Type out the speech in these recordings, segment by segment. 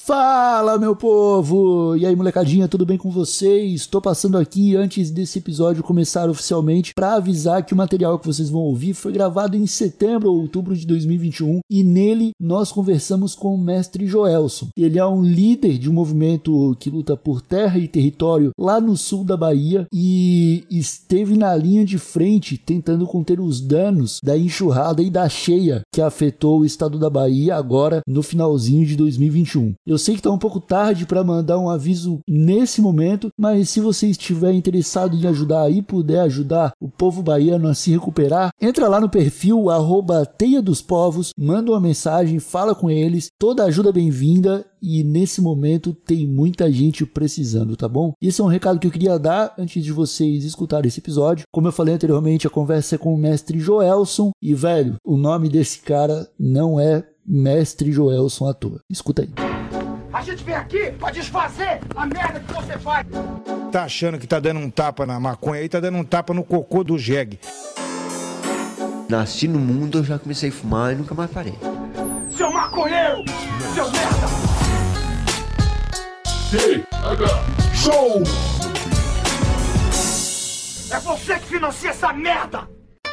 Fala, meu povo! E aí, molecadinha, tudo bem com vocês? Estou passando aqui antes desse episódio começar oficialmente para avisar que o material que vocês vão ouvir foi gravado em setembro ou outubro de 2021 e nele nós conversamos com o mestre Joelson. Ele é um líder de um movimento que luta por terra e território lá no sul da Bahia e esteve na linha de frente tentando conter os danos da enxurrada e da cheia que afetou o estado da Bahia agora no finalzinho de 2021. Eu sei que está um pouco tarde para mandar um aviso nesse momento, mas se você estiver interessado em ajudar e puder ajudar o povo baiano a se recuperar, entra lá no perfil @Teia dos Povos, manda uma mensagem, fala com eles, toda ajuda é bem-vinda e nesse momento tem muita gente precisando, tá bom? Esse é um recado que eu queria dar antes de vocês escutarem esse episódio. Como eu falei anteriormente, a conversa é com o mestre Joelson e, velho, o nome desse cara não é Mestre Joelson à toa. Escuta aí. A gente vem aqui pra desfazer a merda que você faz. Tá achando que tá dando um tapa na maconha aí, tá dando um tapa no cocô do jegue. Nasci no mundo, eu já comecei a fumar e nunca mais parei. Seu maconheiro! Seu merda! Show! É você que financia essa merda!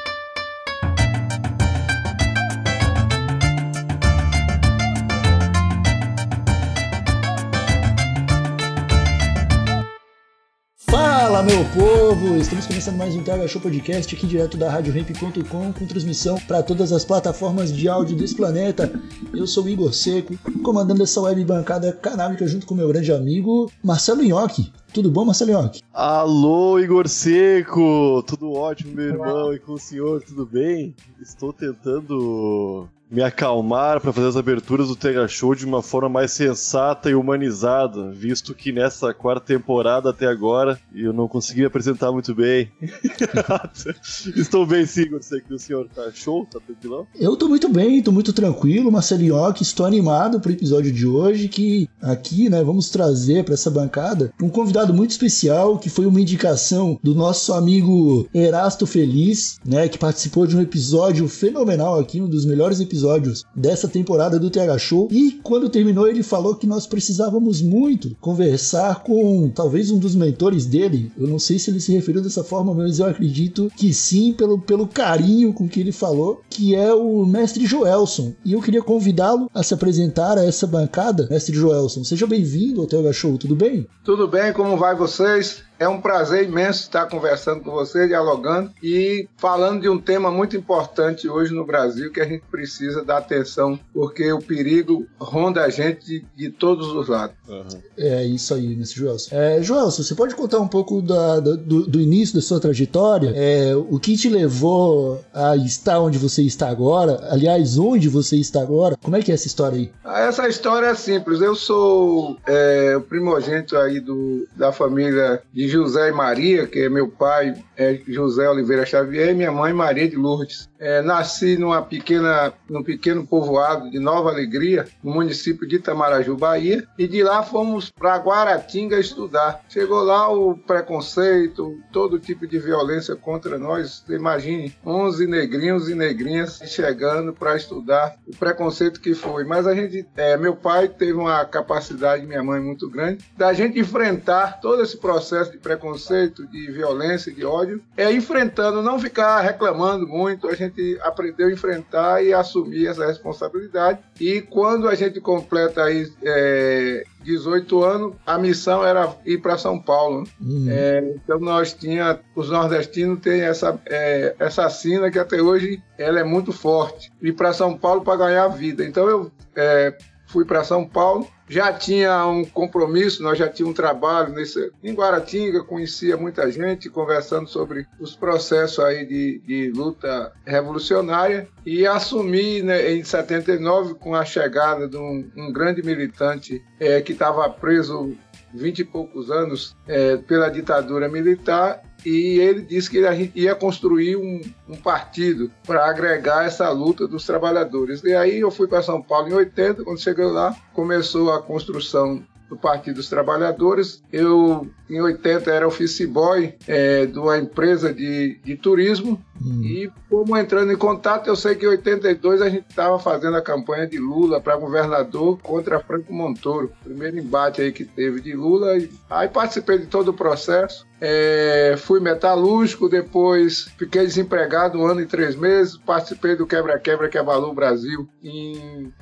Fala, meu povo! Estamos começando mais um TH Show Podcast aqui direto da RadioRamp.com com transmissão para todas as plataformas de áudio desse planeta. Eu sou o Igor Seco, comandando essa web bancada canábica junto com meu grande amigo Marcelo Nhoque. Tudo bom, Marcelo Nhoque? Alô, Igor Seco! Tudo ótimo, meu irmão, e com o senhor, tudo bem? Estou tentando me acalmar para fazer as aberturas do TH Show de uma forma mais sensata e humanizada, visto que nessa quarta temporada até agora eu não consegui me apresentar muito bem. Estou bem, sim, Igor Seco. O senhor tá show? Tá tranquilão? Eu tô muito bem, tô muito tranquilo, Marcelo Nhoque. Estou animado pro episódio de hoje, que aqui, né, vamos trazer para essa bancada um convidado muito especial, que foi uma indicação do nosso amigo Erasto Feliz, né, que participou de um episódio fenomenal aqui, um dos melhores episódios dessa temporada do TH Show, e quando terminou ele falou que nós precisávamos muito conversar com talvez um dos mentores dele. Eu não sei se ele se referiu dessa forma, mas eu acredito que sim, pelo carinho com que ele falou, que é o mestre Joelson, e eu queria convidá-lo a se apresentar a essa bancada. Mestre Joelson, seja bem-vindo ao TH Show, tudo bem? Tudo bem, como vai vocês? É um prazer imenso estar conversando com você, dialogando e falando de um tema muito importante hoje no Brasil, que a gente precisa dar atenção, porque o perigo ronda a gente de todos os lados. Uhum. É isso aí, Mr. Joelson. Joelson, você pode contar um pouco do início da sua trajetória? O que te levou a estar onde você está agora? Aliás, onde você está agora? Como é que é essa história aí? Essa história é simples. Eu sou o primogênito aí da família de José e Maria, que é meu pai, José Oliveira Xavier, e minha mãe, Maria de Lourdes. Nasci num pequeno povoado de Nova Alegria, no município de Itamaraju, Bahia, e de lá fomos para Guaratinga estudar. Chegou lá o preconceito, todo tipo de violência contra nós. Você imagine, 11 negrinhos e negrinhas chegando para estudar, o preconceito que foi. Mas meu pai teve uma capacidade, minha mãe, muito grande, da gente enfrentar todo esse processo de preconceito, de violência, de ódio, enfrentando, não ficar reclamando muito. A gente aprendeu a enfrentar e assumir essa responsabilidade, e quando a gente completa aí 18 anos, a missão era ir para São Paulo. Então os nordestinos têm essa sina que até hoje ela é muito forte, ir para São Paulo para ganhar vida. Então eu fui para São Paulo, já tinha um compromisso, nós já tínhamos um trabalho em Guaratinga, conhecia muita gente, conversando sobre os processos aí de luta revolucionária, e assumi, né, em 79, com a chegada de um grande militante que estava preso 20 e poucos anos pela ditadura militar, e ele disse que a gente ia construir um partido para agregar essa luta dos trabalhadores. E aí eu fui para São Paulo em 80, quando cheguei lá, começou a construção do Partido dos Trabalhadores. Eu, em 80, era office boy de uma empresa de turismo. E fomos entrando em contato. Eu sei que em 82 a gente estava fazendo a campanha de Lula para governador contra Franco Montoro. Primeiro embate aí que teve de Lula. Aí participei de todo o processo. Fui metalúrgico, depois fiquei desempregado 1 ano e 3 meses. Participei do quebra-quebra que abalou o Brasil em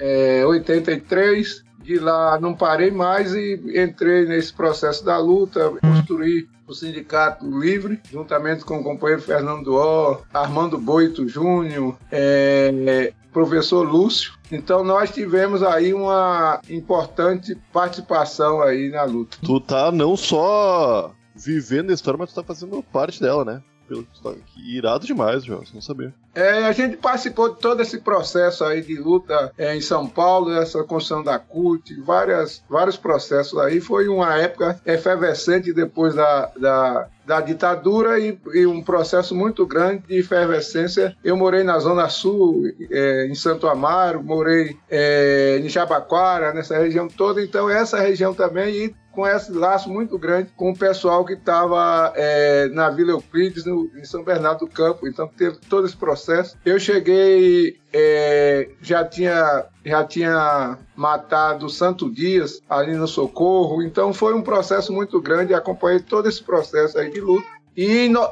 83. De lá não parei mais e entrei nesse processo da luta, construí o Sindicato Livre, juntamente com o companheiro Fernando Duó, Armando Boito Júnior, professor Lúcio. Então nós tivemos aí uma importante participação aí na luta. Tu tá não só vivendo a história, mas tu tá fazendo parte dela, né? Que irado demais, João, você não sabia. A gente participou de todo esse processo aí de luta em São Paulo, essa construção da CUT, vários processos aí. Foi uma época efervescente depois da ditadura e um processo muito grande de efervescência. Eu morei na Zona Sul, em Santo Amaro, morei em Jabaquara, nessa região toda. Então essa região também, e com esse laço muito grande com o pessoal que estava na Vila Euclides, em São Bernardo do Campo. Então teve todo esse processo. Eu cheguei, já tinha matado Santo Dias ali no Socorro. Então foi um processo muito grande, acompanhei todo esse processo aí de luta. E em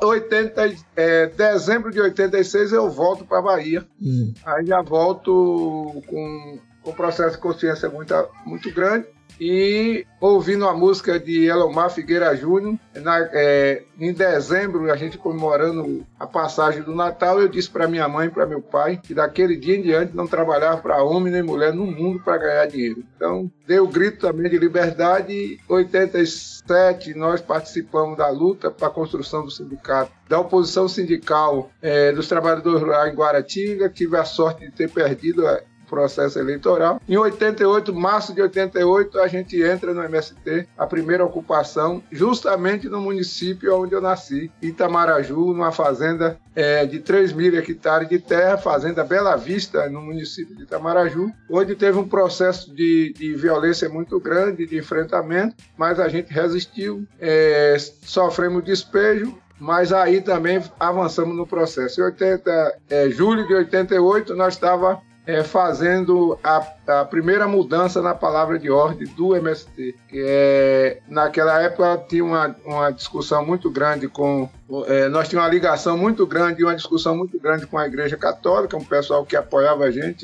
dezembro de 86 eu volto para a Bahia. Aí já volto com um processo de consciência muito grande. E ouvindo a música de Elomar Figueira Júnior, em dezembro, a gente comemorando a passagem do Natal, eu disse para minha mãe e para meu pai que daquele dia em diante não trabalhava para homem nem mulher no mundo para ganhar dinheiro. Então, dei o grito também de liberdade. Em 87, nós participamos da luta para a construção do sindicato, da oposição sindical dos trabalhadores rurais em Guaratinga. Tive a sorte de ter perdido processo eleitoral. Em 88, março de 88, a gente entra no MST, a primeira ocupação, justamente no município onde eu nasci, Itamaraju, numa fazenda de 3.000 hectares de terra, fazenda Bela Vista, no município de Itamaraju, onde teve um processo de violência muito grande, de enfrentamento, mas a gente resistiu, sofremos despejo, mas aí também avançamos no processo. Em julho de 88, nós estávamos fazendo a primeira mudança na palavra de ordem do MST. Naquela época tinha uma discussão muito grande nós tínhamos uma ligação muito grande e uma discussão muito grande com a Igreja Católica, um pessoal que apoiava a gente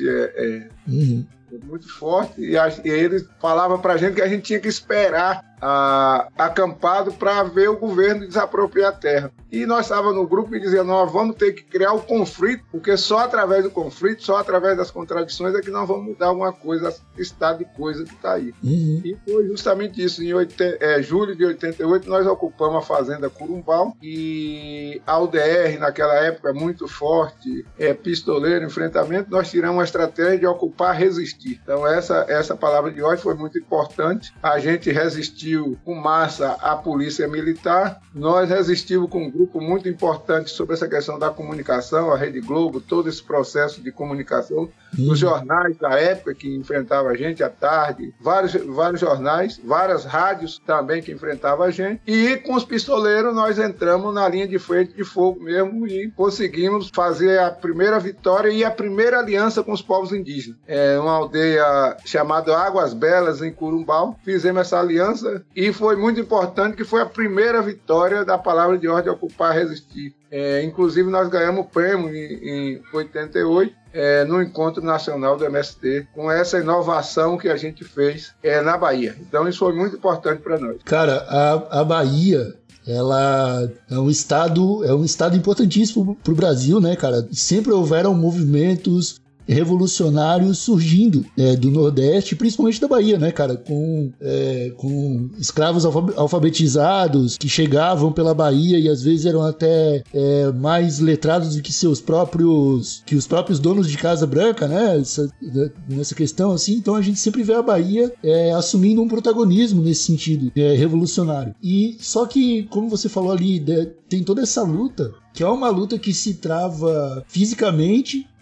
muito forte, e eles falavam pra gente que a gente tinha que esperar acampado para ver o governo desapropriar a terra. E nós estávamos no grupo e dizíamos, nós vamos ter que criar o conflito, porque só através do conflito, só através das contradições é que nós vamos mudar alguma coisa, esse estado de coisa que está aí. E foi justamente isso. Em julho de 88, nós ocupamos a fazenda Curumbau, e a UDR, naquela época, muito forte, pistoleiro, enfrentamento, nós tiramos a estratégia de ocupar, resistir. Então essa palavra de ordem foi muito importante. A gente resistiu com massa à polícia militar, nós resistimos com um grupo muito importante sobre essa questão da comunicação, a Rede Globo, todo esse processo de comunicação, os jornais da época que enfrentavam a gente à tarde, vários jornais, várias rádios também que enfrentavam a gente, e com os pistoleiros nós entramos na linha de frente de fogo mesmo e conseguimos fazer a primeira vitória e a primeira aliança com os povos indígenas. Uma aldeia chamada Águas Belas, em Curumbau, fizemos essa aliança e foi muito importante, que foi a primeira vitória da palavra de ordem ocupar, resistir. Inclusive nós ganhamos o prêmio em 88, no Encontro Nacional do MST, com essa inovação que a gente fez na Bahia. Então isso foi muito importante para nós. Cara, a Bahia, ela é um estado importantíssimo para o Brasil, né, cara? Sempre houveram movimentos revolucionários surgindo do Nordeste, principalmente da Bahia, né, cara, com escravos alfabetizados que chegavam pela Bahia e às vezes eram até mais letrados do que os próprios donos de Casa Branca, né, nessa questão, assim. Então a gente sempre vê a Bahia assumindo um protagonismo nesse sentido revolucionário. E só que, como você falou ali, tem toda essa luta, que é uma luta que se trava fisicamente,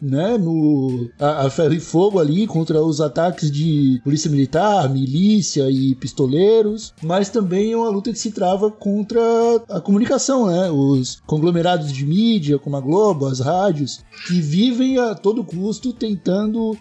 né, a ferro e fogo ali contra os ataques de polícia militar, milícia e pistoleiros, mas também é uma luta que se trava contra a comunicação, né, os conglomerados de mídia, como a Globo, as rádios, que vivem a todo custo tentando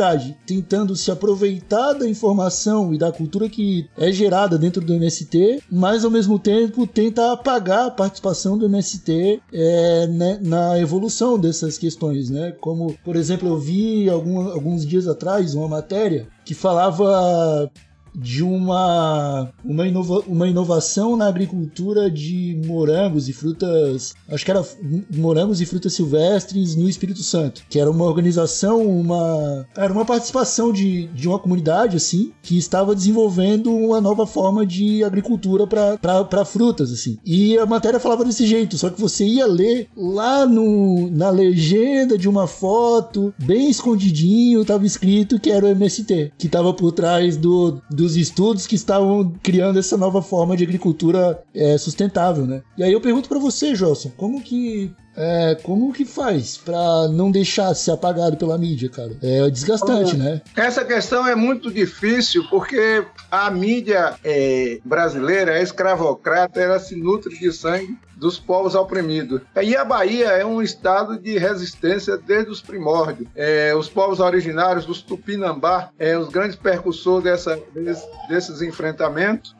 se aproveitar da informação e da cultura que é gerada dentro do MST, mas ao mesmo tempo tenta apagar a participação do MST né, na evolução dessas questões, né? Como, por exemplo, eu vi alguns dias atrás uma matéria que falava de uma inovação na agricultura de morangos e frutas, acho que era morangos e frutas silvestres no Espírito Santo, que era uma organização, era uma participação de uma comunidade assim, que estava desenvolvendo uma nova forma de agricultura para frutas assim. E a matéria falava desse jeito, só que você ia ler lá na legenda de uma foto, bem escondidinho, estava escrito que era o MST, que estava por trás dos estudos que estavam criando essa nova forma de agricultura sustentável, né? E aí eu pergunto para você, Jolson, como que faz para não deixar ser apagado pela mídia, cara? É desgastante, né? Essa questão é muito difícil porque a mídia brasileira é escravocrata, ela se nutre de sangue dos povos oprimidos. E a Bahia é um estado de resistência desde os primórdios. Os povos originários dos Tupinambá, os grandes percussores desses enfrentamentos.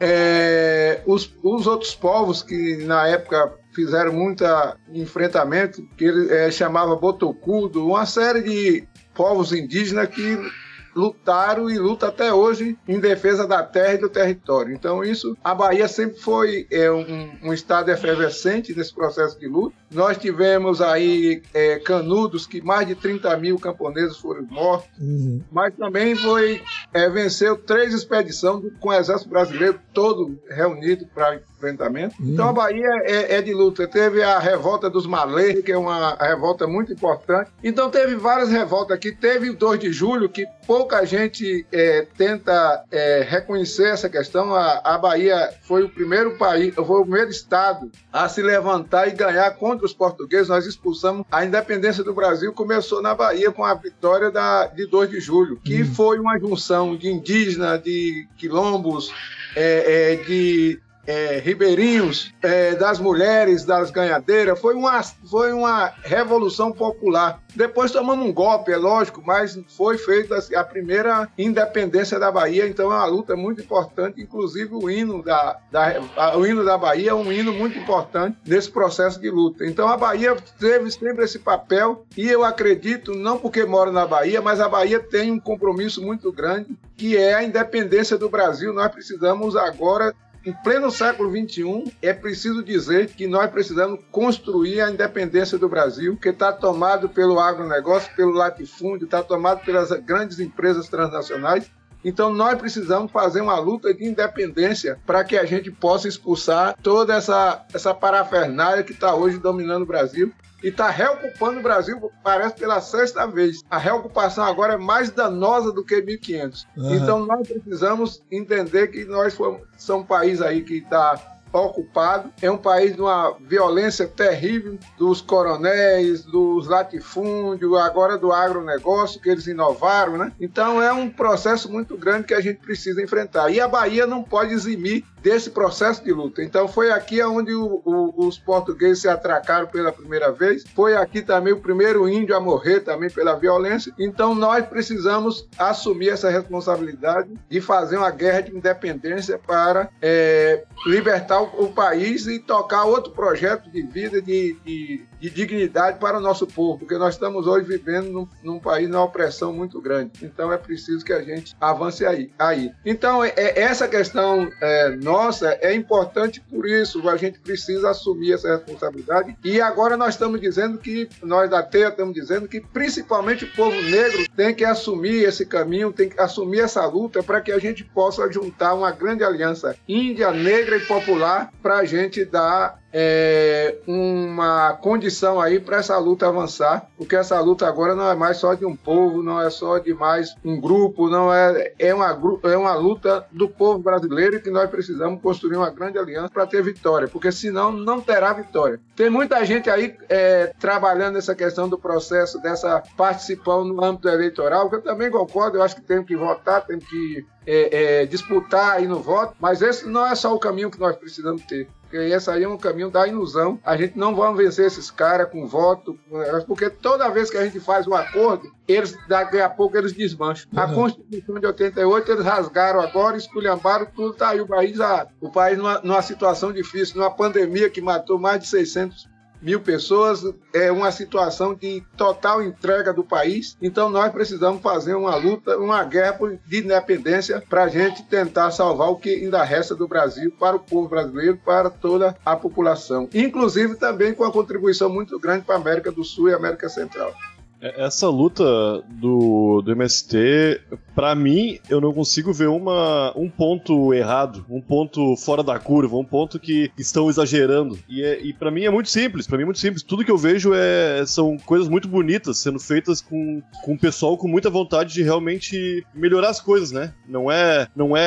Os outros povos que na época fizeram muito enfrentamento, que ele chamava Botocudo, uma série de povos indígenas que lutaram e lutam até hoje em defesa da terra e do território. Então a Bahia sempre foi um estado efervescente nesse processo de luta. Nós tivemos aí Canudos, que mais de 30 mil camponeses foram mortos, mas também venceu 3 expedições com o exército brasileiro todo reunido para enfrentamento. Então a Bahia é de luta. Teve a revolta dos Malês, que é uma revolta muito importante. Então teve várias revoltas aqui. Teve o 2 de julho, que pouca gente tenta reconhecer essa questão. A Bahia foi o primeiro estado a se levantar e ganhar contra os portugueses. Nós expulsamos a independência do Brasil, começou na Bahia com a vitória de 2 de julho, que foi uma junção de indígenas, de quilombos, de ribeirinhos, das mulheres, das ganhadeiras. Foi uma revolução popular. Depois tomamos um golpe, é lógico, mas foi feita a primeira independência da Bahia. Então é uma luta muito importante. Inclusive o hino o hino da Bahia é um hino muito importante nesse processo de luta. Então a Bahia teve sempre esse papel, e eu acredito, não porque moro na Bahia, mas a Bahia tem um compromisso muito grande, que é a independência do Brasil. Nós precisamos agora, em pleno século XXI, é preciso dizer que nós precisamos construir a independência do Brasil, que está tomado pelo agronegócio, pelo latifúndio, está tomado pelas grandes empresas transnacionais. Então nós precisamos fazer uma luta de independência para que a gente possa expulsar toda essa parafernália que está hoje dominando o Brasil e está reocupando o Brasil, parece, pela 6ª vez. A reocupação agora é mais danosa do que 1500. Então nós precisamos entender que nós somos um país aí que está ocupado, é um país de uma violência terrível dos coronéis, dos latifúndios, agora do agronegócio, que eles inovaram, né? Então é um processo muito grande que a gente precisa enfrentar. E a Bahia não pode eximir desse processo de luta. Então foi aqui onde os portugueses se atracaram pela primeira vez, foi aqui também o primeiro índio a morrer também pela violência. Então nós precisamos assumir essa responsabilidade de fazer uma guerra de independência para libertar o país e tocar outro projeto de vida, de dignidade para o nosso povo, porque nós estamos hoje vivendo num país numa opressão muito grande. Então é preciso que a gente avance aí. Então essa questão nossa é importante, por isso a gente precisa assumir essa responsabilidade. E agora nós estamos dizendo que, nós da TEA estamos dizendo que principalmente o povo negro tem que assumir esse caminho, tem que assumir essa luta para que a gente possa juntar uma grande aliança índia, negra e popular estimular para a gente dar uma condição aí para essa luta avançar, porque essa luta agora não é mais só de um povo, não é só de mais um grupo, não é uma luta do povo brasileiro e que nós precisamos construir uma grande aliança para ter vitória, porque senão não terá vitória. Tem muita gente aí trabalhando essa questão do processo, dessa participação no âmbito eleitoral, que eu também concordo, eu acho que temos que votar, temos que disputar aí no voto, mas esse não é só o caminho que nós precisamos ter. Porque esse aí é um caminho da ilusão. A gente não vai vencer esses caras com voto, porque toda vez que a gente faz um acordo, daqui a pouco eles desmancham. A Constituição de 88 eles rasgaram agora, esculhambaram tudo, tá aí o país numa situação difícil, numa pandemia que matou mais de 600 mil pessoas, é uma situação de total entrega do país. Então nós precisamos fazer uma luta, uma guerra de independência para a gente tentar salvar o que ainda resta do Brasil para o povo brasileiro, para toda a população. Inclusive também com a contribuição muito grande para a América do Sul e América Central. Essa luta do MST, pra mim, eu não consigo ver um ponto errado, um ponto fora da curva, um ponto que estão exagerando. E pra mim é muito simples, Tudo que eu vejo são coisas muito bonitas sendo feitas com o pessoal com muita vontade de realmente melhorar as coisas, né? Não é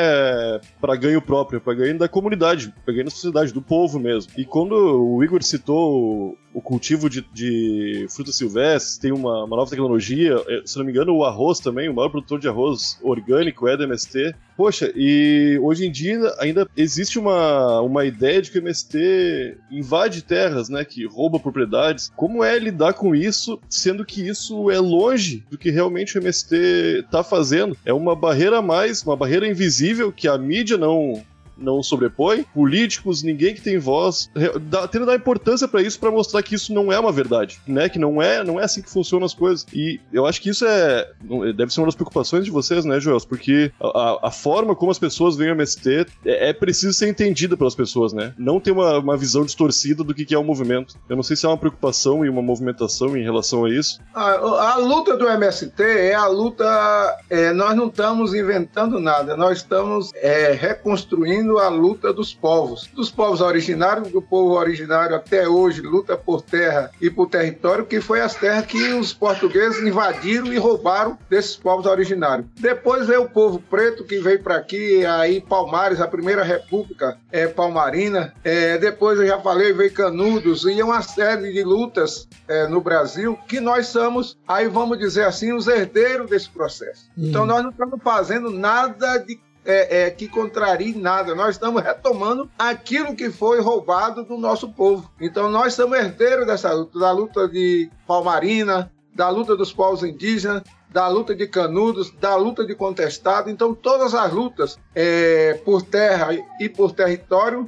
pra ganho próprio, é pra ganho da comunidade, pra ganho da sociedade, do povo mesmo. E quando o Igor citou o cultivo de frutas silvestres, tem uma nova tecnologia, se não me engano o arroz também, o maior produtor de arroz orgânico é do MST. Poxa, e hoje em dia ainda existe uma ideia de que o MST invade terras, né, que rouba propriedades. Como é lidar com isso, sendo que isso é longe do que realmente o MST está fazendo? É uma barreira a mais, uma barreira invisível que a mídia não sobrepõe, políticos, ninguém que tem voz, tendo dar importância pra isso, pra mostrar que isso não é uma verdade, né, que não é assim que funcionam as coisas. E eu acho que isso deve ser uma das preocupações de vocês, né, Joels, porque a forma como as pessoas veem o MST é preciso ser entendida pelas pessoas, né, não ter uma visão distorcida do que é um movimento. Eu não sei se há uma preocupação e uma movimentação em relação a isso. A luta do MST é a luta, nós não estamos inventando nada, nós estamos reconstruindo a luta dos povos originários, do povo originário até hoje luta por terra e por território, que foi as terras que os portugueses invadiram e roubaram desses povos originários. Depois veio o povo preto que veio para aqui, aí Palmares, a primeira república palmarina, depois eu já falei, veio Canudos, e uma série de lutas no Brasil que nós somos, aí vamos dizer assim, os herdeiros desse processo. Então nós não estamos fazendo nada que contrarie nada, nós estamos retomando aquilo que foi roubado do nosso povo. Então nós somos herdeiros dessa luta, da luta de Palmarina, da luta dos povos indígenas, da luta de Canudos, da luta de Contestado. Então todas as lutas por terra e por território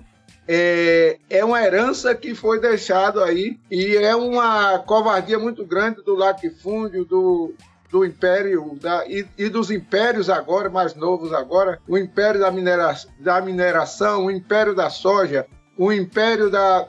é uma herança que foi deixada aí, e é uma covardia muito grande do latifúndio, do império e dos impérios agora, mais novos agora, o império da mineração, o império da soja, o império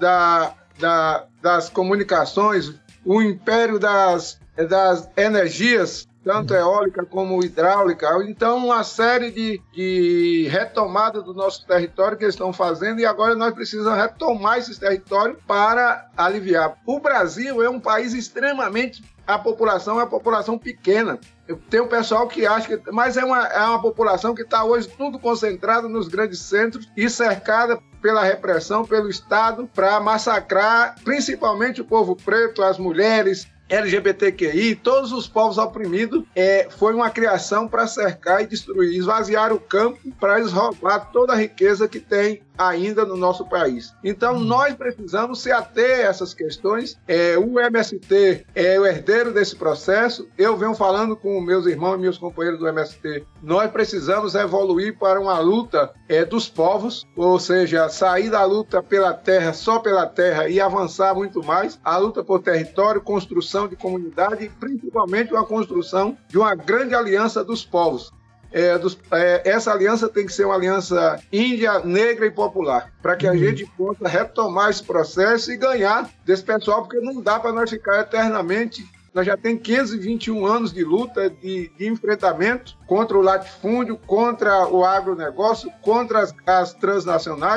das comunicações, o império das energias, tanto eólica como hidráulica. Então, uma série de retomada do nosso território que eles estão fazendo, e agora nós precisamos retomar esses territórios para aliviar. O Brasil é um país extremamente... A população é uma população pequena. Tem um pessoal que acha que... Mas é uma população que está hoje tudo concentrada nos grandes centros e cercada pela repressão, pelo Estado, para massacrar principalmente o povo preto, as mulheres, LGBTQI, todos os povos oprimidos. Foi uma criação para cercar e destruir, esvaziar o campo para eles roubar toda a riqueza que tem ainda no nosso país. Então nós precisamos se ater a essas questões. O MST é o herdeiro desse processo. Eu venho falando com meus irmãos e meus companheiros do MST. Nós precisamos evoluir para uma luta dos povos, ou seja, sair da luta pela terra, só pela terra, e avançar muito mais. A luta por território, construção de comunidade e principalmente uma construção de uma grande aliança dos povos. Essa aliança tem que ser uma aliança índia, negra e popular, para que a gente possa retomar esse processo e ganhar desse pessoal, porque não dá para nós ficar eternamente. Nós já temos 521 anos de luta, de enfrentamento contra o latifúndio, contra o agronegócio, contra as transnacionais.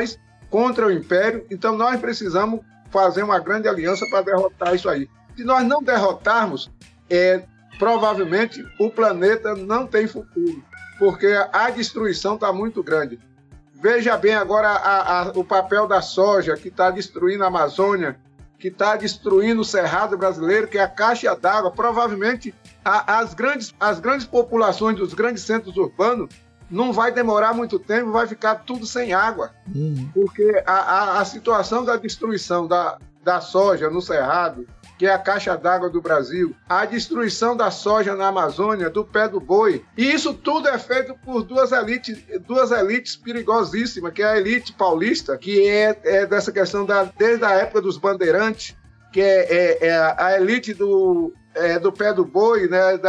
contra o Império. Então nós precisamos fazer uma grande aliança para derrotar isso aí. Se nós não derrotarmos, provavelmente o planeta não tem futuro, porque a destruição está muito grande. Veja bem agora o papel da soja, que está destruindo a Amazônia, que está destruindo o Cerrado brasileiro, que é a caixa d'água. Provavelmente as grandes populações dos grandes centros urbanos não vai demorar muito tempo, vai ficar tudo sem água. Porque a situação da destruição da soja no Cerrado, que é a caixa d'água do Brasil, a destruição da soja na Amazônia, do pé do boi, e isso tudo é feito por duas elites perigosíssimas, que é a elite paulista, que é dessa questão desde a época dos bandeirantes, que é a elite do pé do boi, né,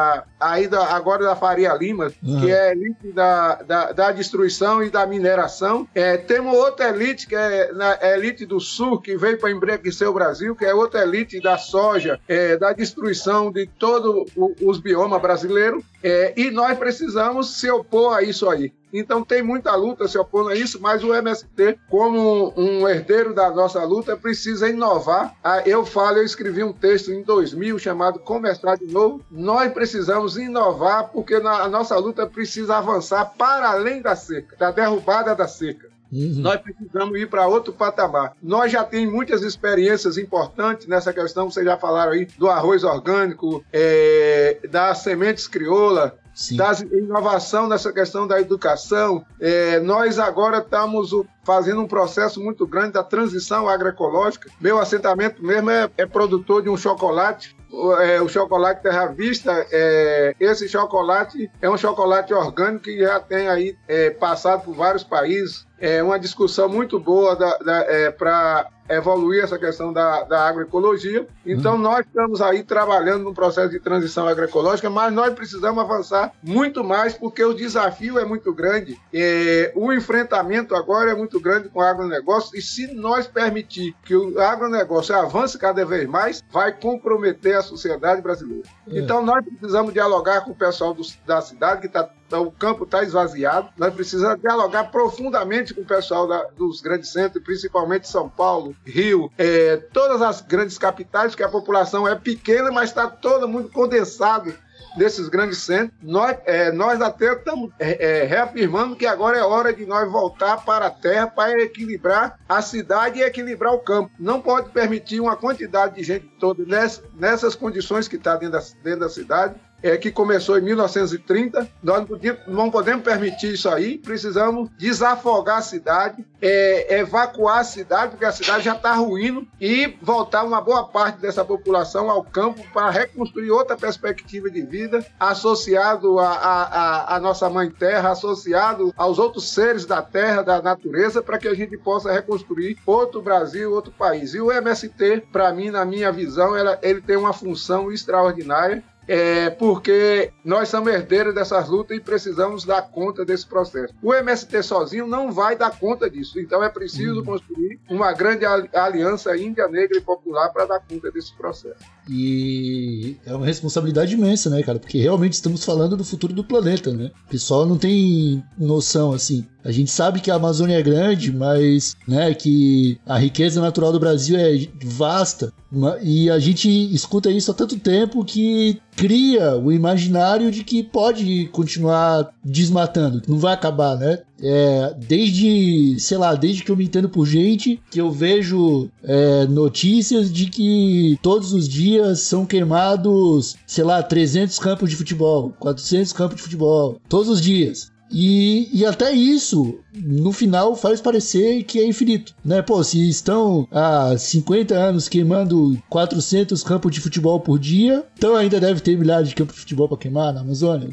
agora da Faria Lima, que é a elite da destruição e da mineração. Temos outra elite, que é a elite do Sul, que veio para embranquecer o Brasil, que é outra elite da soja, da destruição de todos os biomas brasileiros, e nós precisamos se opor a isso aí. Então tem muita luta se opondo a isso, mas o MST, como um herdeiro da nossa luta, precisa inovar. Eu escrevi um texto em 2000 chamado Começar de Novo. Nós precisamos inovar porque a nossa luta precisa avançar para além da seca, da derrubada da seca. Nós precisamos ir para outro patamar. Nós já temos muitas experiências importantes nessa questão, vocês já falaram aí do arroz orgânico, das sementes crioula, da inovação nessa questão da educação. Nós agora estamos fazendo um processo muito grande da transição agroecológica. Meu assentamento mesmo é produtor de um chocolate, o chocolate Terra Vista. Esse chocolate é um chocolate orgânico que já tem aí passado por vários países. É uma discussão muito boa para evoluir essa questão da agroecologia. Então, nós estamos aí trabalhando num processo de transição agroecológica, mas nós precisamos avançar muito mais, porque o desafio é muito grande. O enfrentamento agora é muito grande com o agronegócio, e se nós permitir que o agronegócio avance cada vez mais, vai comprometer a sociedade brasileira. Então, nós precisamos dialogar com o pessoal da cidade, o campo está esvaziado. Nós precisamos dialogar profundamente com o pessoal dos grandes centros, principalmente São Paulo, Rio, todas as grandes capitais, que a população é pequena, mas está todo mundo condensado desses grandes centros. Nós até estamos reafirmando que agora é hora de nós voltar para a terra para equilibrar a cidade e equilibrar o campo. Não pode permitir uma quantidade de gente toda nessas condições que está dentro da cidade. Que começou em 1930, nós não podemos permitir isso aí, precisamos desafogar a cidade, evacuar a cidade, porque a cidade já está ruindo, e voltar uma boa parte dessa população ao campo para reconstruir outra perspectiva de vida, associado à nossa mãe terra, associado aos outros seres da terra, da natureza, para que a gente possa reconstruir outro Brasil, outro país. E o MST, para mim, na minha visão, ele tem uma função extraordinária, porque nós somos herdeiros dessas lutas e precisamos dar conta desse processo. O MST sozinho não vai dar conta disso, então é preciso construir uma grande aliança índia, negra e popular para dar conta desse processo. E é uma responsabilidade imensa, né, cara? Porque realmente estamos falando do futuro do planeta, né? O pessoal não tem noção, assim. A gente sabe que a Amazônia é grande, mas, né, que a riqueza natural do Brasil é vasta, e a gente escuta isso há tanto tempo que cria o imaginário de que pode continuar desmatando, que não vai acabar, né? Desde que eu me entendo por gente, que eu vejo notícias de que todos os dias são queimados, 300 campos de futebol, 400 campos de futebol, todos os dias. E até isso, no final, faz parecer que é infinito, né? Pô, se estão há 50 anos queimando 400 campos de futebol por dia, então ainda deve ter milhares de campos de futebol para queimar na Amazônia.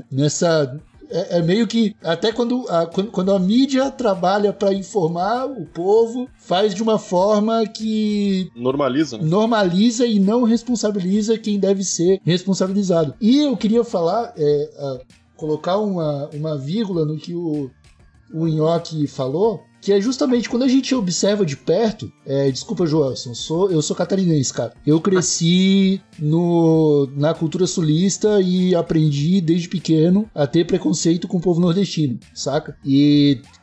Meio que, até quando a mídia trabalha para informar o povo, faz de uma forma que normaliza, né? Normaliza e não responsabiliza quem deve ser responsabilizado. E eu queria falar... colocar uma vírgula no que o Nhoque falou, que é justamente quando a gente observa de perto... desculpa, Joelson, eu sou catarinense, cara. Eu cresci na cultura sulista e aprendi desde pequeno a ter preconceito com o povo nordestino, saca? E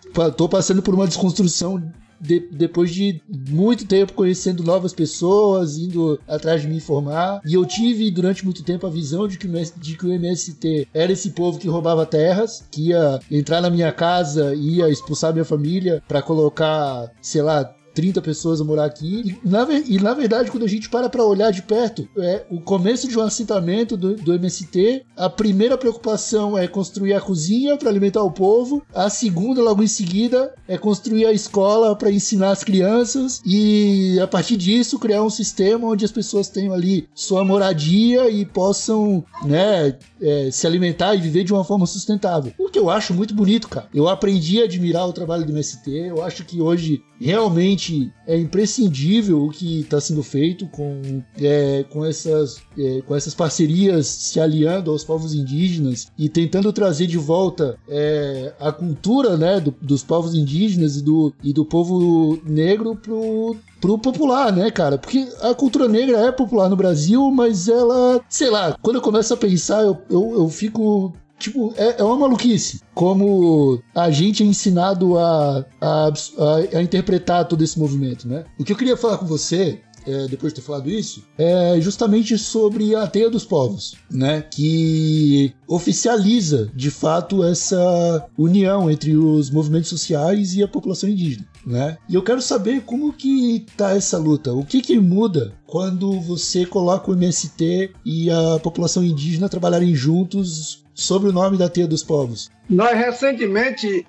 tô passando por uma desconstrução depois de muito tempo conhecendo novas pessoas, indo atrás de me informar, e eu tive durante muito tempo a visão de que o MST era esse povo que roubava terras, que ia entrar na minha casa e ia expulsar minha família pra colocar, sei lá, 30 pessoas a morar aqui. E na verdade, quando a gente para olhar de perto, o começo de um assentamento do MST, a primeira preocupação é construir a cozinha para alimentar o povo, a segunda, logo em seguida, é construir a escola para ensinar as crianças e, a partir disso, criar um sistema onde as pessoas tenham ali sua moradia e possam, né, se alimentar e viver de uma forma sustentável. O que eu acho muito bonito, cara. Eu aprendi a admirar o trabalho do MST, eu acho que hoje realmente é imprescindível o que está sendo feito com essas parcerias, se aliando aos povos indígenas e tentando trazer de volta a cultura, né, dos povos indígenas e do povo negro pro popular, né, cara? Porque a cultura negra é popular no Brasil, mas ela, sei lá, quando eu começo a pensar, eu fico... Tipo, é uma maluquice. Como a gente é ensinado a interpretar todo esse movimento, né? O que eu queria falar com você, depois de ter falado isso, é justamente sobre a Teia dos Povos, né? Que oficializa, de fato, essa união entre os movimentos sociais e a população indígena, né? E eu quero saber como que tá essa luta. O que muda quando você coloca o MST e a população indígena trabalharem juntos sob o nome da Teia dos Povos? Nós recentemente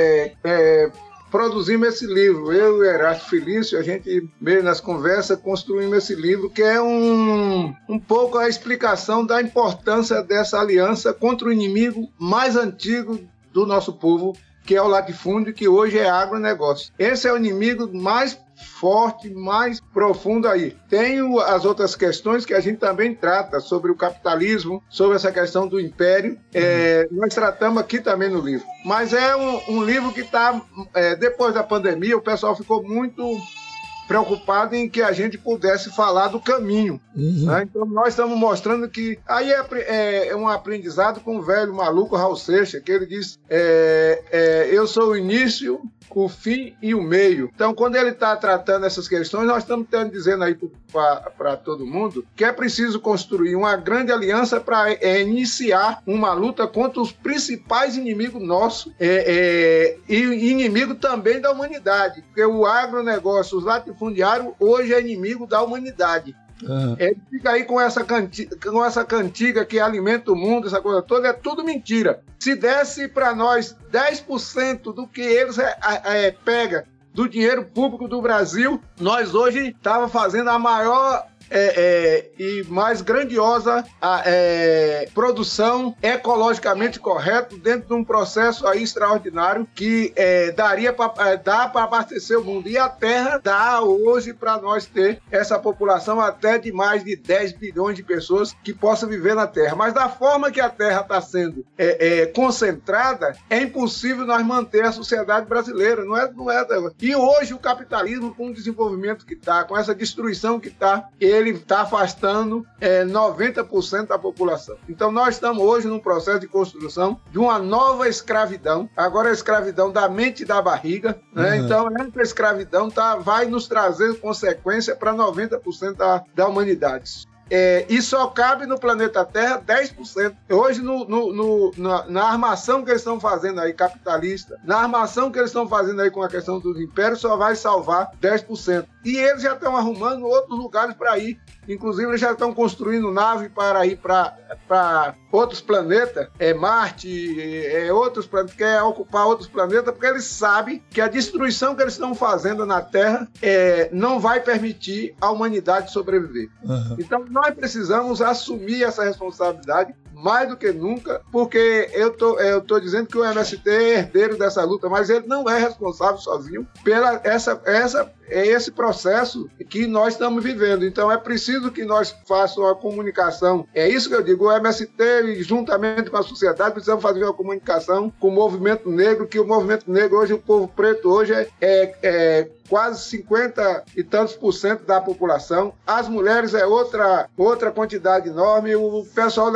produzimos esse livro, eu e Erasto Felício, a gente meio nas conversas construímos esse livro, que é um pouco a explicação da importância dessa aliança contra o inimigo mais antigo do nosso povo, que é o latifúndio, que hoje é agronegócio. Esse é o inimigo mais forte, mais profundo aí. Tem as outras questões que a gente também trata, sobre o capitalismo, sobre essa questão do império. Nós tratamos aqui também no livro. Mas é um livro que está... depois da pandemia, o pessoal ficou muito preocupado em que a gente pudesse falar do caminho. Né? Então nós estamos mostrando que... Aí é um aprendizado com o velho maluco Raul Seixas, que ele diz, eu sou o início, o fim e o meio. Então, quando ele está tratando essas questões, nós estamos dizendo aí para todo mundo que é preciso construir uma grande aliança para iniciar uma luta contra os principais inimigos nossos e inimigo também da humanidade. Porque o agronegócio, os latifundiários, hoje é inimigo da humanidade. Ele fica aí com essa cantiga que alimenta o mundo, essa coisa toda, é tudo mentira. Se desse para nós 10% do que eles pegam do dinheiro público do Brasil, nós hoje estávamos fazendo a maior e mais grandiosa produção ecologicamente correta dentro de um processo aí extraordinário que dá para abastecer o mundo. E a Terra dá hoje para nós ter essa população até de mais de 10 bilhões de pessoas que possam viver na Terra. Mas da forma que a Terra está sendo concentrada, é impossível nós manter a sociedade brasileira. Não é. E hoje o capitalismo, com o desenvolvimento que está, com essa destruição que está, ele está afastando 90% da população. Então nós estamos hoje num processo de construção de uma nova escravidão, agora a escravidão da mente e da barriga, né? Então essa escravidão vai nos trazer consequência para 90% da humanidade. E só cabe no planeta Terra 10%. Hoje, na armação que eles estão fazendo aí, capitalista, na armação que eles estão fazendo aí com a questão dos impérios, só vai salvar 10%. E eles já estão arrumando outros lugares para ir. Inclusive, eles já estão construindo nave para ir para outros planetas, Marte, outros planetas, quer ocupar outros planetas, porque eles sabem que a destruição que eles estão fazendo na Terra não vai permitir a humanidade sobreviver. Então, nós precisamos assumir essa responsabilidade mais do que nunca, porque eu tô dizendo que o MST é herdeiro dessa luta, mas ele não é responsável sozinho pela esse processo que nós estamos vivendo. Então é preciso que nós façamos uma comunicação. É isso que eu digo, o MST, juntamente com a sociedade, precisamos fazer uma comunicação com o movimento negro, que o movimento negro hoje, o povo preto hoje é quase 50 e tantos % da população. As mulheres é outra quantidade enorme. O pessoal da LGBT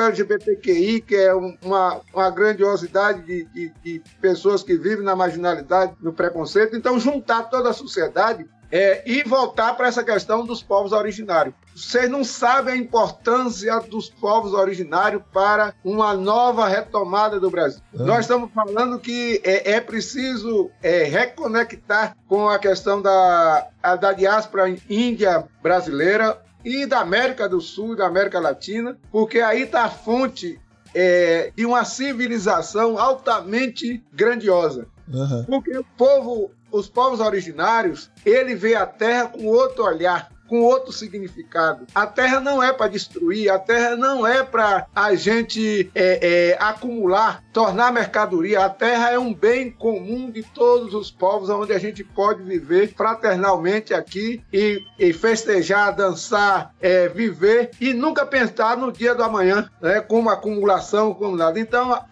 LGBTQI, que é uma grandiosidade de pessoas que vivem na marginalidade, no preconceito. Então, juntar toda a sociedade e voltar para essa questão dos povos originários. Vocês não sabem a importância dos povos originários para uma nova retomada do Brasil. Nós estamos falando que é preciso reconectar com a questão da diáspora índia brasileira e da América do Sul, da América Latina, porque aí está a fonte de uma civilização altamente grandiosa. Porque os povos originários, ele vê a terra com outro olhar, com outro significado. A terra não é para destruir, a terra não é para a gente acumular, tornar mercadoria. A terra é um bem comum de todos os povos, onde a gente pode viver fraternalmente aqui e festejar, dançar, viver e nunca pensar no dia do amanhã, né, como acumulação, como nada. Então,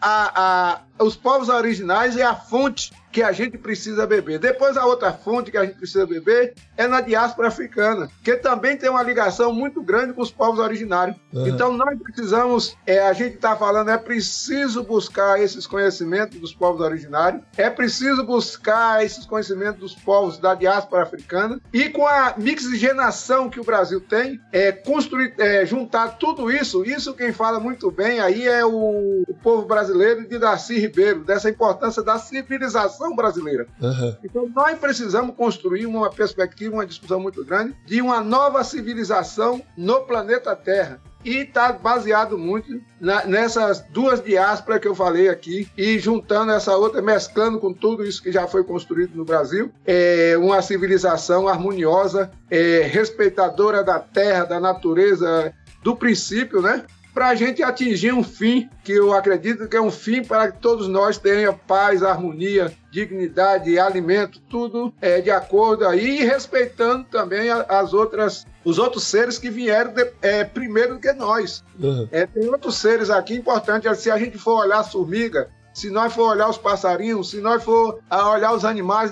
os povos originais é a fonte que a gente precisa beber. Depois, a outra fonte que a gente precisa beber é na diáspora africana, que também tem uma ligação muito grande com os povos originários. Então, nós precisamos, a gente está falando, é preciso buscar esses conhecimentos dos povos originários, é preciso buscar esses conhecimentos dos povos da diáspora africana e com a mixigenação que o Brasil tem, construir, juntar tudo isso quem fala muito bem aí é o povo brasileiro de Darcy Ribeiro, dessa importância da civilização brasileira. Então, nós precisamos construir uma perspectiva, uma discussão muito grande de uma nova civilização no planeta Terra. E está baseado muito nessas duas diásporas que eu falei aqui e juntando essa outra, mesclando com tudo isso que já foi construído no Brasil, uma civilização harmoniosa, respeitadora da terra, da natureza, do princípio, né? Para a gente atingir um fim, que eu acredito que é um fim para que todos nós tenham paz, harmonia, dignidade, alimento, tudo de acordo aí, e respeitando também os outros seres que vieram primeiro do que nós. Tem outros seres aqui importantes, se a gente for olhar as formigas, se nós for olhar os passarinhos, se nós for olhar os animais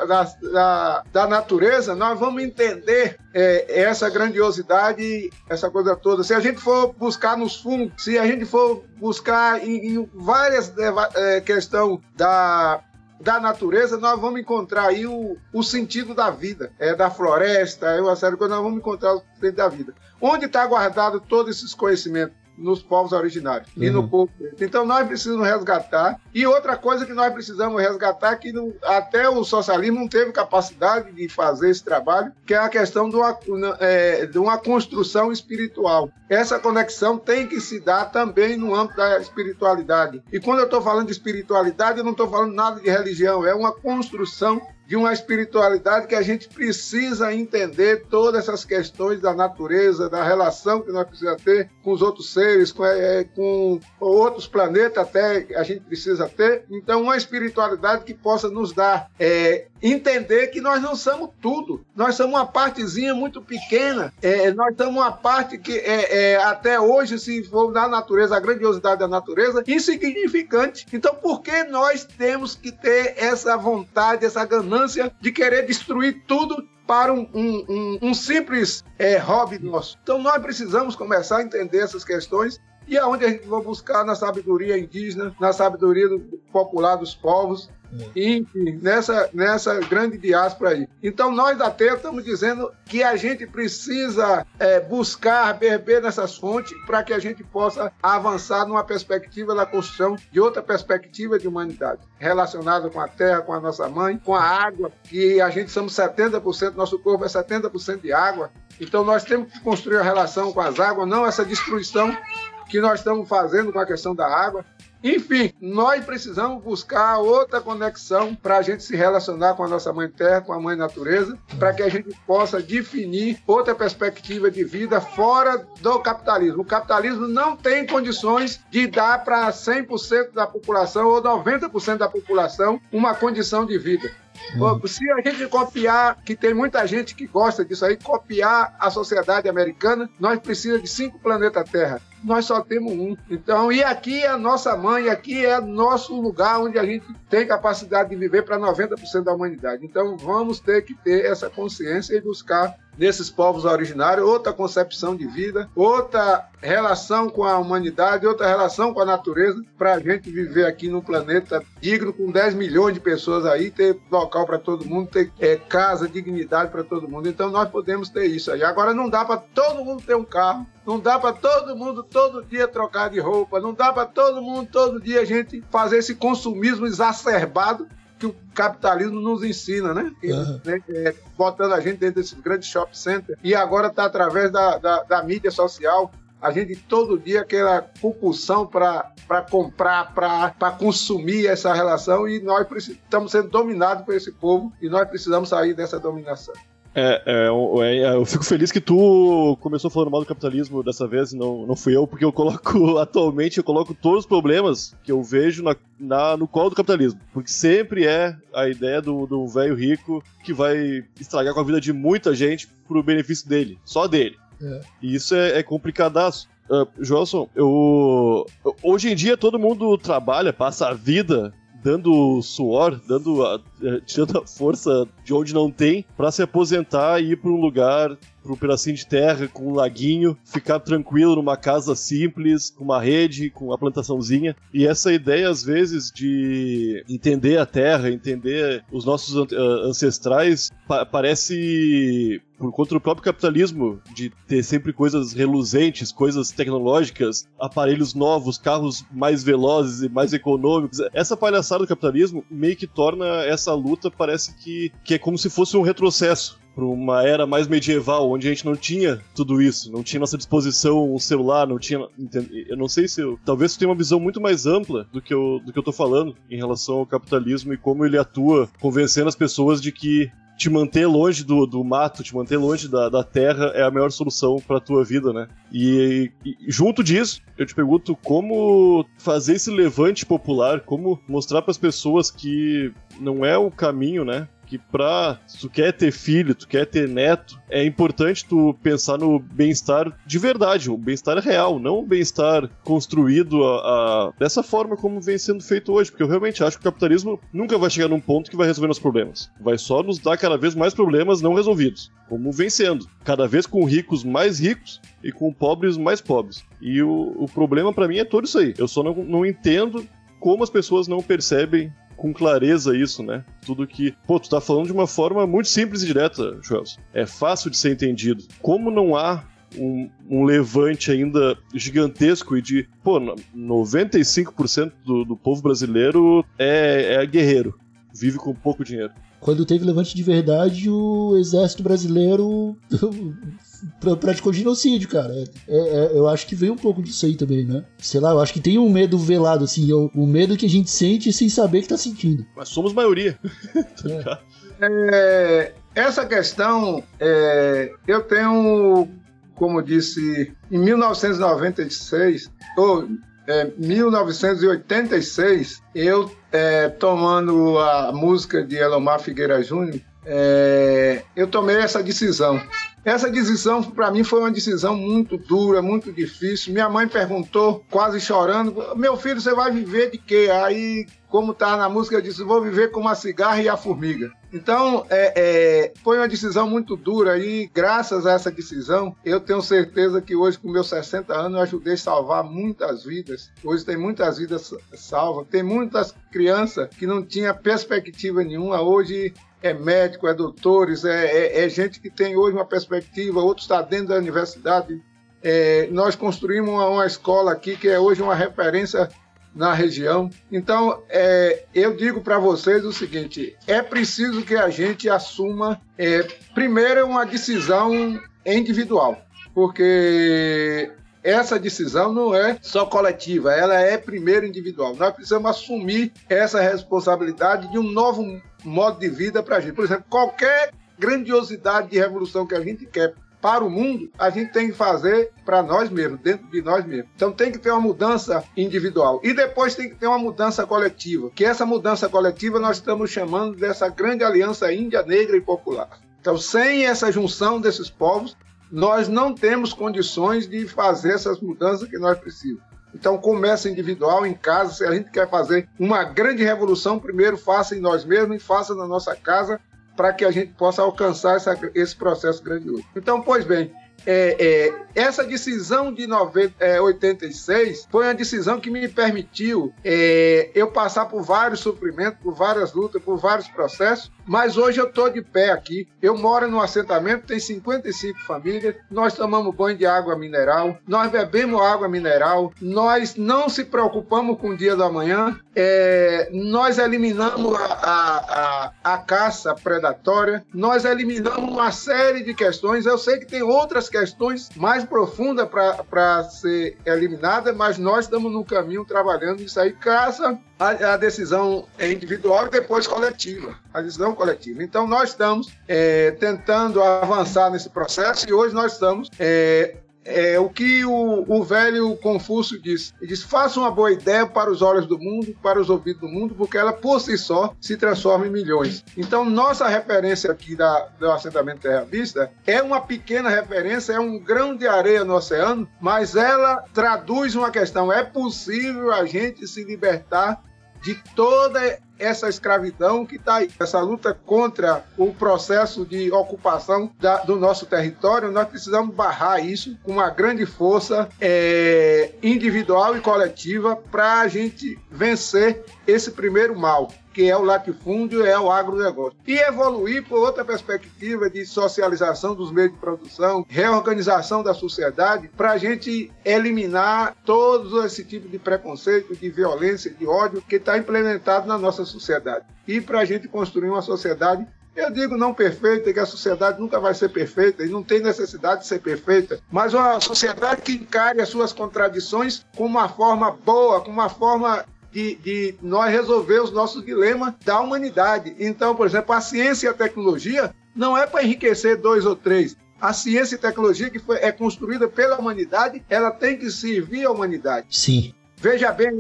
da natureza, nós vamos entender essa grandiosidade, essa coisa toda. Se a gente for buscar nos fungos, se a gente for buscar em várias questões da natureza, nós vamos encontrar aí o sentido da vida, da floresta, uma série de coisas, nós vamos encontrar o sentido da vida. Onde está guardado todos esses conhecimentos? Nos povos originários e no povo preto. Então nós precisamos resgatar. E outra coisa que nós precisamos resgatar, que até o socialismo não teve capacidade de fazer esse trabalho, que é a questão de uma construção espiritual. Essa conexão tem que se dar também no âmbito da espiritualidade. E quando eu estou falando de espiritualidade, eu não estou falando nada de religião, é uma construção de uma espiritualidade que a gente precisa entender todas essas questões da natureza, da relação que nós precisamos ter com os outros seres, com outros planetas até a gente precisa ter. Então, uma espiritualidade que possa nos dar, entender que nós não somos tudo. Nós somos uma partezinha muito pequena. Nós somos uma parte que até hoje, se for na natureza, a grandiosidade da natureza, insignificante. Então, por que nós temos que ter essa vontade, essa ganância de querer destruir tudo para um simples hobby nosso? Então nós precisamos começar a entender essas questões e aonde a gente vai buscar na sabedoria indígena, na sabedoria popular dos povos, enfim, nessa grande diáspora aí. Então nós da Terra estamos dizendo que a gente precisa buscar, beber nessas fontes para que a gente possa avançar numa perspectiva da construção de outra perspectiva de humanidade, relacionada com a terra, com a nossa mãe, com a água, que a gente somos 70%, nosso corpo é 70% de água. Então nós temos que construir a relação com as águas, não essa destruição que nós estamos fazendo com a questão da água. Enfim, nós precisamos buscar outra conexão para a gente se relacionar com a nossa mãe terra, com a mãe natureza, para que a gente possa definir outra perspectiva de vida fora do capitalismo. O capitalismo não tem condições de dar para 100% da população ou 90% da população uma condição de vida. Se a gente copiar, que tem muita gente que gosta disso aí, copiar a sociedade americana, nós precisamos de 5 planetas Terra. nós só temos um. Então, e aqui é a nossa mãe, aqui é nosso lugar onde a gente tem capacidade de viver para 90% da humanidade. Então, vamos ter que ter essa consciência e buscar nesses povos originários outra concepção de vida, outra relação com a humanidade, outra relação com a natureza, para a gente viver aqui num planeta digno, com 10 milhões de pessoas aí, ter local para todo mundo, ter casa, dignidade para todo mundo. Então nós podemos ter isso aí. Agora não dá para todo mundo ter um carro, não dá para todo mundo todo dia trocar de roupa, não dá para todo mundo todo dia a gente fazer esse consumismo exacerbado que o capitalismo nos ensina, né? Botando a gente dentro desses grandes shopping centers. E agora está através da mídia social. A gente todo dia aquela compulsão para comprar, para consumir essa relação, e nós estamos sendo dominados por esse povo e nós precisamos sair dessa dominação. Eu fico feliz que tu começou falando mal do capitalismo dessa vez, não fui eu, porque atualmente eu coloco todos os problemas que eu vejo no colo do capitalismo, porque sempre é a ideia do velho rico que vai estragar com a vida de muita gente pro benefício dele, só dele. E isso é complicadaço. Joelson, hoje em dia todo mundo trabalha, passa a vida dando suor, tirando a força de onde não tem, pra se aposentar e ir pra um lugar, pra um pedacinho de terra, com um laguinho, ficar tranquilo numa casa simples, com uma rede, com uma plantaçãozinha. E essa ideia, às vezes, de entender a terra, entender os nossos ancestrais, parece, por conta do próprio capitalismo, de ter sempre coisas reluzentes, coisas tecnológicas, aparelhos novos, carros mais velozes e mais econômicos. Essa palhaçada do capitalismo meio que torna essa luta, parece que é como se fosse um retrocesso para uma era mais medieval, onde a gente não tinha tudo isso, não tinha à nossa disposição um celular, não tinha... Eu não sei se... Talvez tu tenha uma visão muito mais ampla do que eu tô falando em relação ao capitalismo e como ele atua, convencendo as pessoas de que te manter longe do mato, te manter longe da terra é a melhor solução pra tua vida, né? E junto disso, eu te pergunto como fazer esse levante popular, como mostrar pras pessoas que não é o caminho, né? Que se tu quer ter filho, tu quer ter neto, é importante tu pensar no bem-estar de verdade, o bem-estar real, não o bem-estar construído dessa forma como vem sendo feito hoje, porque eu realmente acho que o capitalismo nunca vai chegar num ponto que vai resolver nossos problemas. Vai só nos dar cada vez mais problemas não resolvidos, como vem sendo, cada vez com ricos mais ricos e com pobres mais pobres. E o problema pra mim é todo isso aí. Eu só não entendo como as pessoas não percebem com clareza isso, né? Tudo que... tu tá falando de uma forma muito simples e direta, Joelson. É fácil de ser entendido. Como não há um levante ainda gigantesco e de... 95% do povo brasileiro é guerreiro. Vive com pouco dinheiro. Quando teve levante de verdade, o exército brasileiro praticou genocídio, cara. Eu acho que veio um pouco disso aí também, né? Sei lá, eu acho que tem um medo velado, assim, o medo que a gente sente sem saber que tá sentindo. Mas somos maioria. Essa questão, eu tenho, como disse, em 1996, 1986, eu tomando a música de Elomar Figueira Júnior, eu tomei essa decisão. Essa decisão, para mim, foi uma decisão muito dura, muito difícil. Minha mãe perguntou, quase chorando, meu filho, você vai viver de quê? Aí, como tá na música, eu disse, vou viver como a cigarra e a formiga. Então, foi uma decisão muito dura e, graças a essa decisão, eu tenho certeza que hoje, com meus 60 anos, eu ajudei a salvar muitas vidas. Hoje tem muitas vidas salvas. Tem muitas crianças que não tinham perspectiva nenhuma. Hoje é médico, é doutores, é gente que tem hoje uma perspectiva, outros estão dentro da universidade. Nós construímos uma escola aqui que é hoje uma referência na região. Então, eu digo para vocês o seguinte, é preciso que a gente assuma, primeiro, uma decisão individual, porque essa decisão não é só coletiva, ela é primeiro individual. Nós precisamos assumir essa responsabilidade de um novo modo de vida para a gente. Por exemplo, qualquer grandiosidade de revolução que a gente quer para o mundo, a gente tem que fazer para nós mesmos, dentro de nós mesmos. Então tem que ter uma mudança individual. E depois tem que ter uma mudança coletiva, que essa mudança coletiva nós estamos chamando dessa grande aliança índia, negra e popular. Então, sem essa junção desses povos, nós não temos condições de fazer essas mudanças que nós precisamos. Então, começa individual, em casa. Se a gente quer fazer uma grande revolução, primeiro faça em nós mesmos e faça na nossa casa, para que a gente possa alcançar esse processo grandioso. Então, pois bem, essa decisão de 86 foi uma decisão que me permitiu eu passar por vários sofrimentos, por várias lutas, por vários processos, mas hoje eu estou de pé aqui. Eu moro num assentamento, tem 55 famílias, nós tomamos banho de água mineral, nós bebemos água mineral, nós não se preocupamos com o dia do amanhã, nós eliminamos a caça predatória, nós eliminamos uma série de questões. Eu sei que tem outras questões mais profundas para ser eliminadas, mas nós estamos no caminho trabalhando nisso aí, graças à decisão individual e depois coletiva, a decisão coletiva. Então nós estamos tentando avançar nesse processo e hoje nós estamos o que o velho Confúcio disse. Ele disse: faça uma boa ideia para os olhos do mundo, para os ouvidos do mundo, porque ela por si só se transforma em milhões. Então nossa referência aqui do assentamento Terra Vista é uma pequena referência, é um grão de areia no oceano, mas ela traduz uma questão: é possível a gente se libertar de toda essa escravidão que está aí. Essa luta contra o processo de ocupação do nosso território, nós precisamos barrar isso com uma grande força individual e coletiva para a gente vencer esse primeiro mal, que é o latifúndio, é o agronegócio. E evoluir por outra perspectiva de socialização dos meios de produção, reorganização da sociedade, para a gente eliminar todo esse tipo de preconceito, de violência, de ódio que está implementado na nossa sociedade. E para a gente construir uma sociedade, eu digo não perfeita, que a sociedade nunca vai ser perfeita e não tem necessidade de ser perfeita, mas uma sociedade que encare as suas contradições com uma forma boa, com uma forma de nós resolver os nossos dilemas da humanidade. Então, por exemplo, a ciência e a tecnologia não é para enriquecer 2 ou 3. A ciência e tecnologia que é construída pela humanidade, ela tem que servir à humanidade. Sim. Veja bem,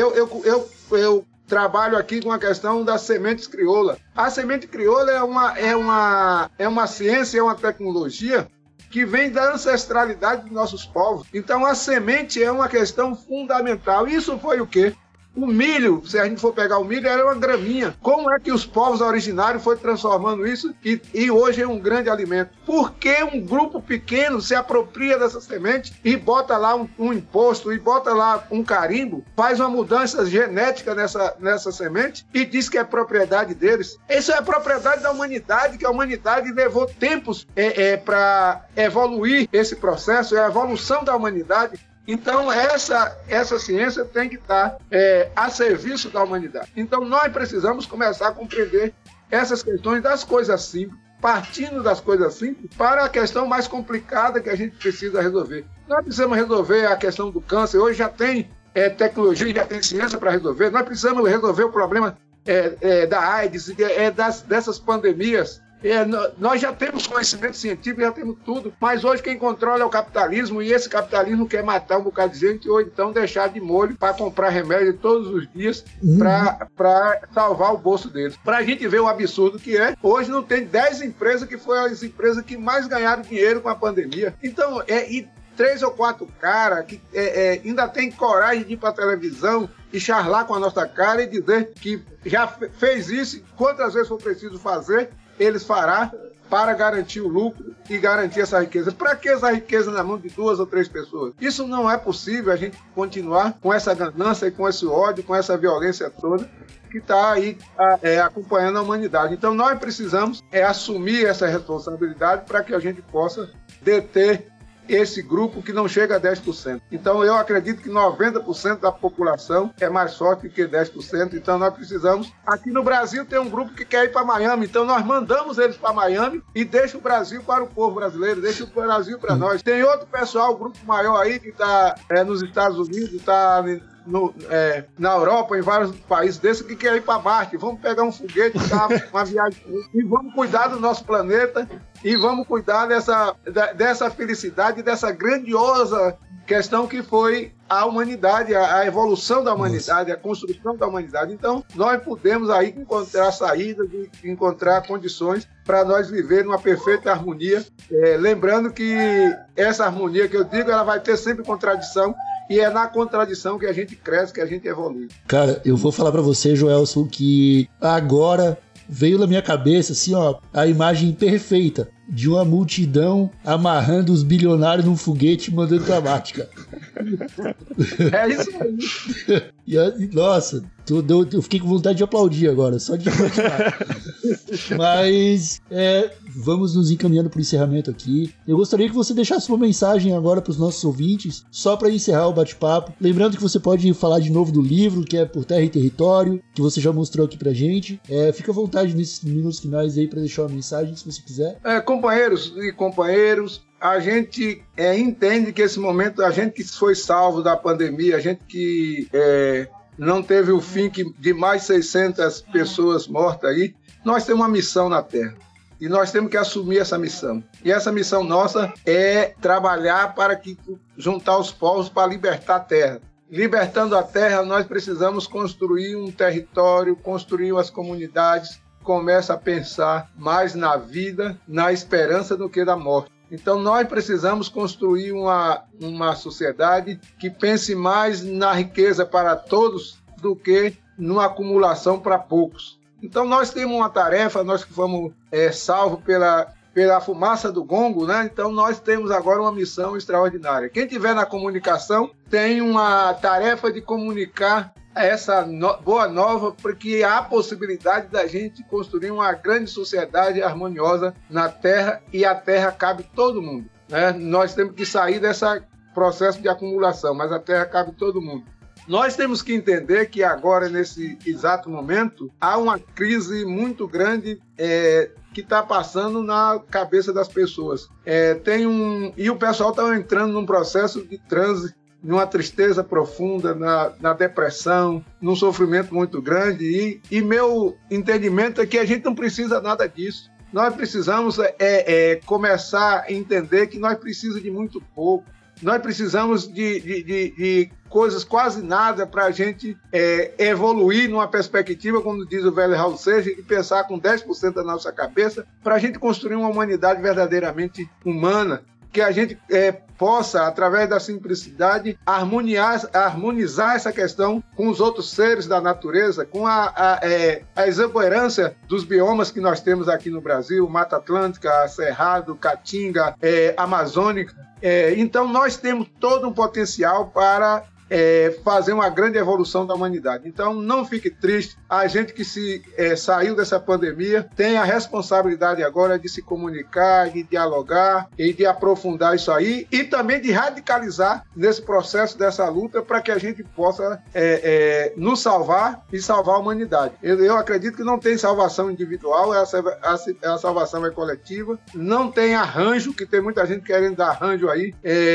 eu trabalho aqui com a questão das sementes crioula. A semente crioula é uma ciência, é uma tecnologia que vem da ancestralidade dos nossos povos. Então a semente é uma questão fundamental. Isso foi o quê? O milho, se a gente for pegar o milho, era uma graminha. Como é que os povos originários foram transformando isso e hoje é um grande alimento? Por que um grupo pequeno se apropria dessa semente e bota lá um imposto, e bota lá um carimbo, faz uma mudança genética nessa semente e diz que é propriedade deles? Isso é propriedade da humanidade, que a humanidade levou tempos para evoluir esse processo, é a evolução da humanidade. Então, essa ciência tem que estar a serviço da humanidade. Então, nós precisamos começar a compreender essas questões das coisas simples, partindo das coisas simples para a questão mais complicada que a gente precisa resolver. Nós precisamos resolver a questão do câncer. Hoje já tem tecnologia, já tem ciência para resolver. Nós precisamos resolver o problema da AIDS, dessas pandemias. Nós já temos conhecimento científico, já temos tudo, mas hoje quem controla é o capitalismo, e esse capitalismo quer matar um bocado de gente ou então deixar de molho para comprar remédio todos os dias para salvar o bolso deles. Para a gente ver o absurdo que é, hoje não tem 10 empresas que foram as empresas que mais ganharam dinheiro com a pandemia. Então, e 3 ou 4 caras que ainda tem coragem de ir para a televisão e charlar com a nossa cara e dizer que já fez isso, quantas vezes for preciso fazer, eles farão para garantir o lucro e garantir essa riqueza. Para que essa riqueza na mão de 2 ou 3 pessoas? Isso não é possível, a gente continuar com essa ganância, com esse ódio, com essa violência toda que está aí acompanhando a humanidade. Então nós precisamos assumir essa responsabilidade para que a gente possa deter esse grupo que não chega a 10%. Então eu acredito que 90% da população é mais forte que 10%. Então nós precisamos... Aqui no Brasil tem um grupo que quer ir para Miami, então nós mandamos eles para Miami e deixa o Brasil para o povo brasileiro, deixa o Brasil para nós. Tem outro pessoal, um grupo maior aí que está nos Estados Unidos, está na Europa, em vários países desses, que quer ir para Marte. Vamos pegar um foguete, dar uma viagem e vamos cuidar do nosso planeta e vamos cuidar dessa felicidade, dessa grandiosa questão que foi a humanidade, a evolução da humanidade, a construção da humanidade. Então, nós podemos aí encontrar saídas, encontrar condições para nós viver numa perfeita harmonia. Lembrando que essa harmonia que eu digo, ela vai ter sempre contradição, e é na contradição que a gente cresce, que a gente evolui. Cara, eu vou falar para você, Joelson, que agora veio na minha cabeça, assim, ó, a imagem perfeita de uma multidão amarrando os bilionários num foguete e mandando pra Marte, cara. É isso aí. Nossa, eu fiquei com vontade de aplaudir agora, só de imaginar. Mas vamos nos encaminhando pro encerramento aqui. Eu gostaria que você deixasse uma mensagem agora pros nossos ouvintes, só para encerrar o bate-papo. Lembrando que você pode falar de novo do livro, que é Por Terra e Território, que você já mostrou aqui pra gente. Fica à vontade nesses minutos finais aí para deixar uma mensagem, se você quiser. Companheiros e companheiros, a gente entende que esse momento, a gente que foi salvo da pandemia, a gente que não teve o fim de mais 600 pessoas mortas aí, nós temos uma missão na Terra. E nós temos que assumir essa missão. E essa missão nossa é trabalhar para juntar os povos para libertar a Terra. Libertando a Terra, nós precisamos construir um território, construir as comunidades, começa a pensar mais na vida, na esperança do que na morte. Então nós precisamos construir uma sociedade que pense mais na riqueza para todos do que numa acumulação para poucos. Então nós temos uma tarefa, nós que fomos salvos pela fumaça do gongo, né? Então nós temos agora uma missão extraordinária. Quem estiver na comunicação tem uma tarefa de comunicar essa boa nova, porque há a possibilidade da gente construir uma grande sociedade harmoniosa na Terra, e a Terra cabe todo mundo, né? Nós temos que sair desse processo de acumulação, mas a Terra cabe todo mundo. Nós temos que entender que agora, nesse exato momento, há uma crise muito grande que está passando na cabeça das pessoas. E o pessoal está entrando num processo de transe, numa tristeza profunda, na depressão, num sofrimento muito grande. E meu entendimento é que a gente não precisa nada disso. Nós precisamos começar a entender que nós precisamos de muito pouco. Nós precisamos de coisas quase nada para a gente evoluir numa perspectiva, como diz o velho Raul Seixas, de pensar com 10% da nossa cabeça para a gente construir uma humanidade verdadeiramente humana, que a gente possa, através da simplicidade, harmonizar essa questão com os outros seres da natureza, com a exuberância dos biomas que nós temos aqui no Brasil, Mata Atlântica, Cerrado, Caatinga, Amazônica. Então nós temos todo um potencial para fazer uma grande evolução da humanidade. Então não fique triste, a gente que saiu dessa pandemia tem a responsabilidade agora de se comunicar, de dialogar e de aprofundar isso aí, e também de radicalizar nesse processo dessa luta para que a gente possa nos salvar e salvar a humanidade. Eu acredito que não tem salvação individual, a salvação é coletiva, não tem arranjo, que tem muita gente querendo dar arranjo aí,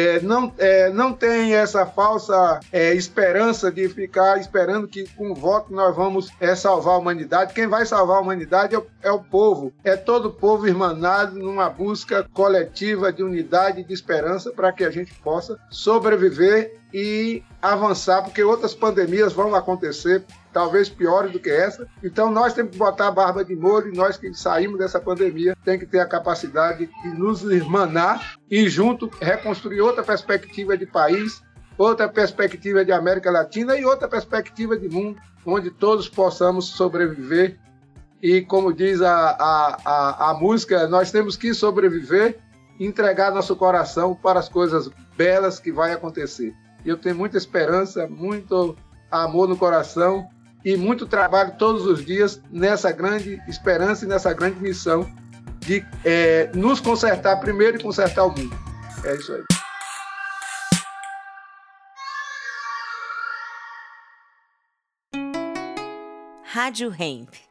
não tem essa falsa esperança de ficar esperando que com o voto nós vamos salvar a humanidade. Quem vai salvar a humanidade é o povo, é todo o povo irmanado numa busca coletiva de unidade e de esperança para que a gente possa sobreviver e avançar, porque outras pandemias vão acontecer, talvez piores do que essa. Então nós temos que botar a barba de molho, e nós que saímos dessa pandemia temos que ter a capacidade de nos irmanar e junto reconstruir outra perspectiva de país, outra perspectiva de América Latina e outra perspectiva de mundo, onde todos possamos sobreviver. E como diz a música, nós temos que sobreviver e entregar nosso coração para as coisas belas que vai acontecer. Eu tenho muita esperança, muito amor no coração e muito trabalho todos os dias nessa grande esperança e nessa grande missão de nos consertar primeiro e consertar o mundo. É isso aí. Rádio Hemp.